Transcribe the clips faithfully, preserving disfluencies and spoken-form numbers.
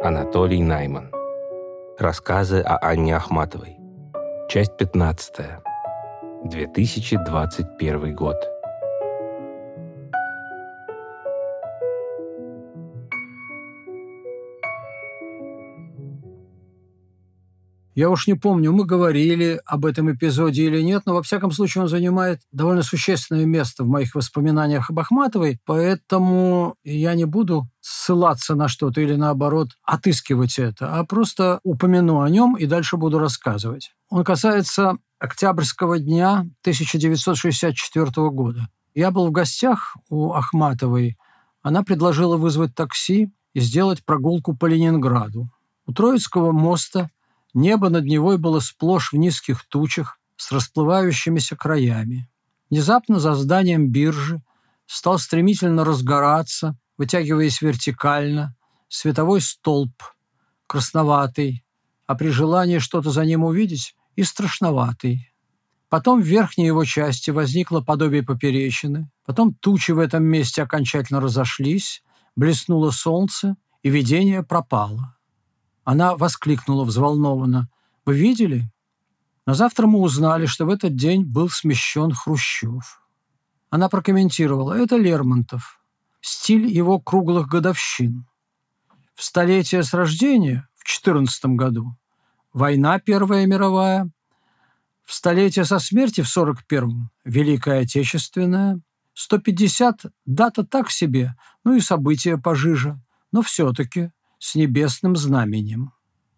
Анатолий Найман. Рассказы о Анне Ахматовой. Часть пятнадцатая. две тысячи двадцать первый год. Я уж не помню, мы говорили об этом эпизоде или нет, но во всяком случае он занимает довольно существенное место в моих воспоминаниях об Ахматовой, поэтому я не буду ссылаться на что-то или, наоборот, отыскивать это, а просто упомяну о нем и дальше буду рассказывать. Он касается Октябрьского дня тысяча девятьсот шестьдесят четвёртого года. Я был в гостях у Ахматовой. Она предложила вызвать такси и сделать прогулку по Ленинграду. У Троицкого моста небо над Невой было сплошь в низких тучах с расплывающимися краями. Внезапно за зданием биржи стал стремительно разгораться, вытягиваясь вертикально, световой столб, красноватый, а при желании что-то за ним увидеть и страшноватый. Потом в верхней его части возникло подобие поперечины, потом тучи в этом месте окончательно разошлись, блеснуло солнце, и видение пропало. Она воскликнула взволнованно: «Вы видели?» На завтра мы узнали, что в этот день был смещен Хрущев. Она прокомментировала: «Это Лермонтов, стиль его круглых годовщин. В столетие с рождения, в четырнадцатом году, война Первая мировая, в столетие со смерти в сорок первом, Великая Отечественная, сто пятьдесят – дата так себе, ну и события пожиже, но все-таки с небесным знаменем».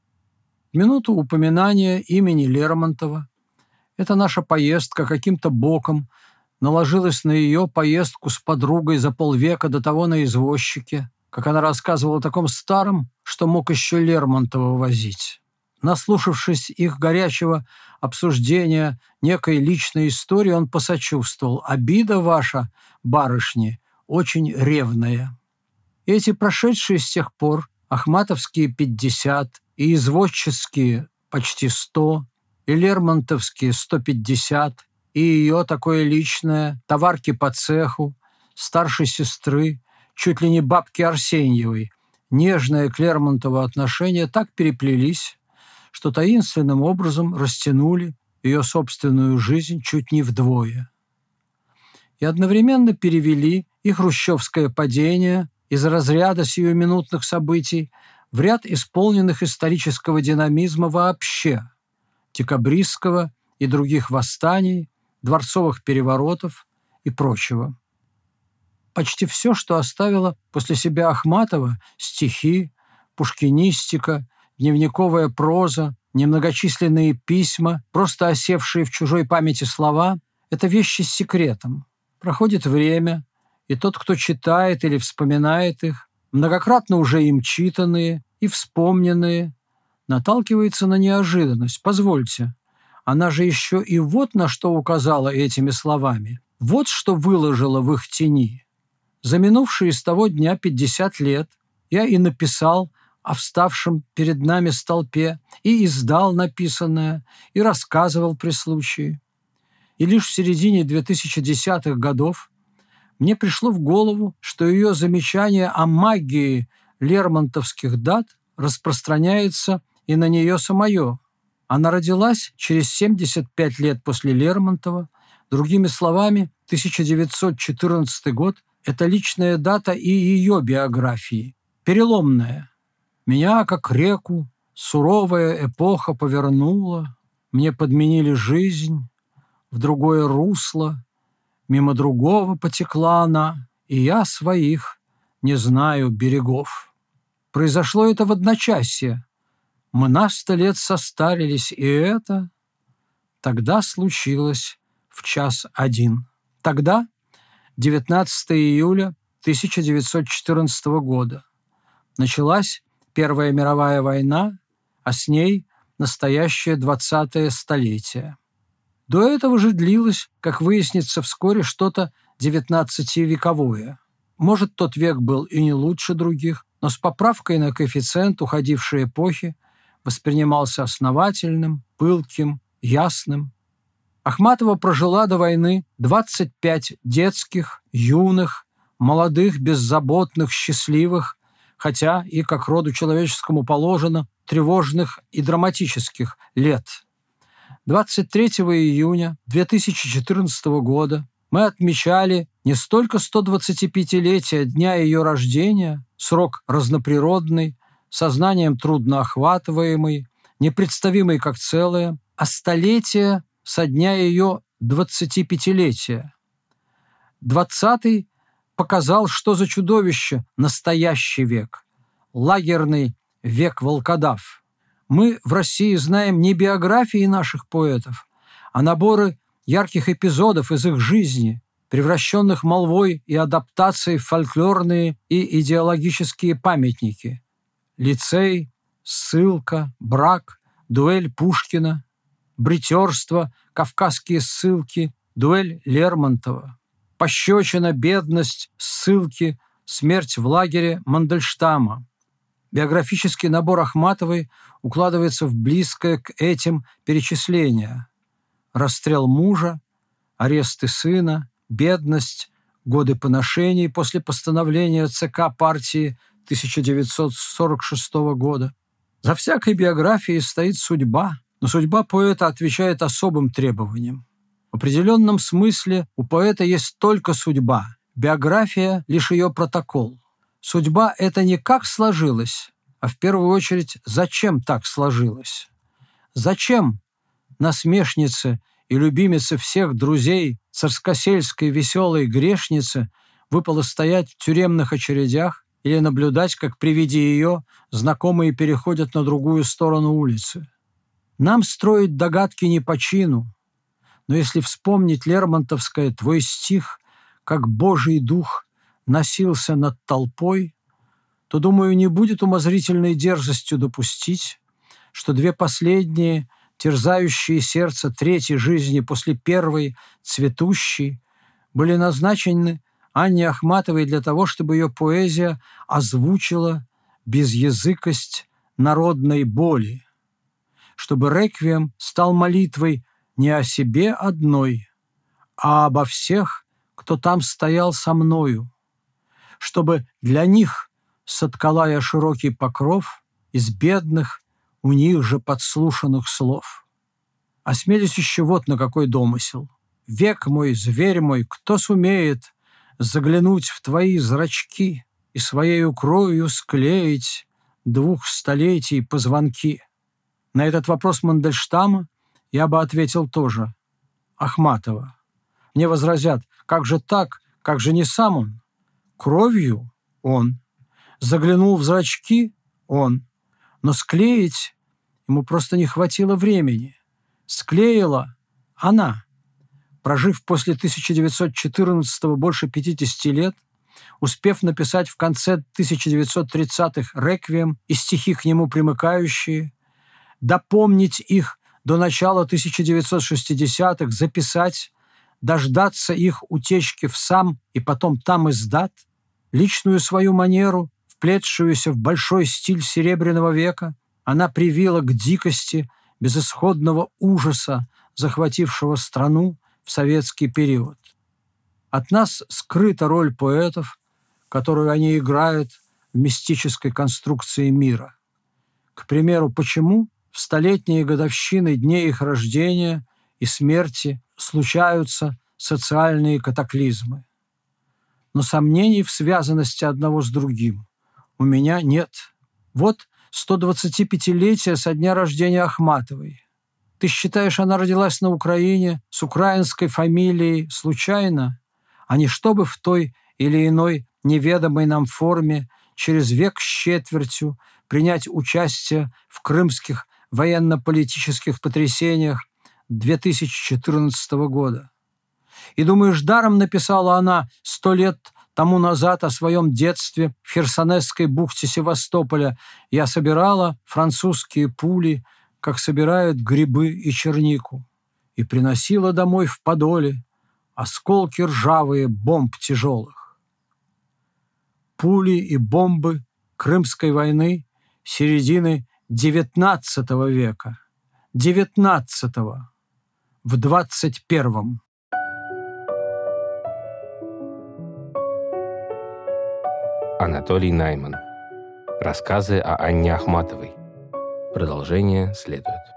В минуту упоминания имени Лермонтова эта наша поездка каким-то боком наложилась на ее поездку с подругой за полвека до того на извозчике, как она рассказывала о таком старом, что мог еще Лермонтова возить. Наслушавшись их горячего обсуждения некой личной истории, он посочувствовал: «Обида ваша, барышни, очень ревная». Эти прошедшие с тех пор ахматовские пятьдесят и извозческие почти сто, и лермонтовские сто пятьдесят, и ее такое личное, товарки по цеху, старшей сестры, чуть ли не бабки Арсеньевой, нежное к Лермонтову отношение так переплелись, что таинственным образом растянули ее собственную жизнь чуть не вдвое. И одновременно перевели и хрущевское падение из разряда сиюминутных событий в ряд исполненных исторического динамизма вообще, декабристского и других восстаний, дворцовых переворотов и прочего. Почти все, что оставила после себя Ахматова – стихи, пушкинистика, дневниковая проза, немногочисленные письма, просто осевшие в чужой памяти слова – это вещи с секретом. Проходит время, и тот, кто читает или вспоминает их, многократно уже им читанные и вспомненные, наталкивается на неожиданность. Позвольте, она же еще и вот на что указала этими словами, вот что выложила в их тени. За минувшие с того дня пятьдесят лет я и написал о вставшем перед нами столпе, и издал написанное, и рассказывал при случае. И лишь в середине две тысячи десятых годов мне пришло в голову, что ее замечание о магии лермонтовских дат распространяется и на нее самое. Она родилась через семьдесят пять лет после Лермонтова. Другими словами, тысяча девятьсот четырнадцатый год – это личная дата и ее биографии, переломная. Меня, как реку, суровая эпоха повернула, мне подменили жизнь, в другое русло, мимо другого потекла она, и я своих не знаю берегов. Произошло это в одночасье. Мы на сто лет состарились, и это тогда случилось в час один. Тогда, девятнадцатого июля тысяча девятьсот четырнадцатого года, началась Первая мировая война, а с ней настоящее двадцатое столетие. До этого же длилось, как выяснится вскоре, что-то девятнадцативековое. Может, тот век был и не лучше других, но с поправкой на коэффициент уходившей эпохи воспринимался основательным, пылким, ясным. Ахматова прожила до войны двадцать пять детских, юных, молодых, беззаботных, счастливых, хотя и, как роду человеческому положено, тревожных и драматических лет. двадцать третьего июня две тысячи четырнадцатого года мы отмечали не столько сто двадцатипятилетие дня ее рождения, срок разноприродный, сознанием трудноохватываемый, непредставимый как целое, а столетие со дня ее двадцатипятилетия. Двадцатый показал, что за чудовище настоящий век, лагерный век-волкодав. Мы в России знаем не биографии наших поэтов, а наборы ярких эпизодов из их жизни, превращенных молвой и адаптацией в фольклорные и идеологические памятники. Лицей, ссылка, брак, дуэль Пушкина, бритерство, кавказские ссылки, дуэль Лермонтова, пощечина, бедность, ссылки, смерть в лагере Мандельштама. Биографический набор Ахматовой укладывается в близкое к этим перечисления: расстрел мужа, аресты сына, бедность, годы поношений после постановления ЦК партии тысяча девятьсот сорок шестого года. За всякой биографией стоит судьба, но судьба поэта отвечает особым требованиям. В определенном смысле у поэта есть только судьба, биография – лишь ее протокол. Судьба – это не как сложилось, а в первую очередь, зачем так сложилось. Зачем насмешнице и любимице всех друзей царскосельской веселой грешнице выпало стоять в тюремных очередях или наблюдать, как при виде ее знакомые переходят на другую сторону улицы. Нам строить догадки не по чину, но если вспомнить лермонтовское «Твой стих, как Божий дух носился над толпой», то, думаю, не будет умозрительной дерзостью допустить, что две последние, терзающие сердце третьей жизни после первой, цветущей, были назначены Анне Ахматовой для того, чтобы ее поэзия озвучила безязыкость народной боли, чтобы реквием стал молитвой не о себе одной, а обо всех, кто там стоял со мною, чтобы для них соткала я широкий покров из бедных, у них же подслушанных слов. Осмелюсь еще вот на какой домысел. Век мой, зверь мой, кто сумеет заглянуть в твои зрачки и своею кровью склеить двух столетий позвонки? На этот вопрос Мандельштама я бы ответил тоже: Ахматова. Мне возразят: как же так, как же не сам он? Кровью он. Заглянул в зрачки он. Но склеить ему просто не хватило времени. Склеила она. Прожив после тысяча девятьсот четырнадцатого больше пятидесяти лет, успев написать в конце тысяча девятьсот тридцатых реквием и стихи к нему примыкающие, допомнить их до начала тысяча девятьсот шестидесятых, записать, дождаться их утечки в сам и потом там издат, личную свою манеру, вплетшуюся в большой стиль Серебряного века, она привила к дикости безысходного ужаса, захватившего страну в советский период. От нас скрыта роль поэтов, которую они играют в мистической конструкции мира. К примеру, почему в столетние годовщины дней их рождения и смерти случаются социальные катаклизмы? Но сомнений в связанности одного с другим у меня нет. Вот сто двадцатипятилетие со дня рождения Ахматовой. Ты считаешь, она родилась на Украине с украинской фамилией случайно, а не чтобы в той или иной неведомой нам форме через век с четвертью принять участие в крымских военно-политических потрясениях две тысячи четырнадцатого года? И, думаешь, даром написала она сто лет тому назад о своем детстве в Херсонесской бухте Севастополя: «Я собирала французские пули, как собирают грибы и чернику, и приносила домой в подоле осколки ржавые бомб тяжелых». Пули и бомбы Крымской войны середины девятнадцатого века, девятнадцатого, в двадцать первом. Анатолий Найман. Рассказы о Анне Ахматовой. Продолжение следует.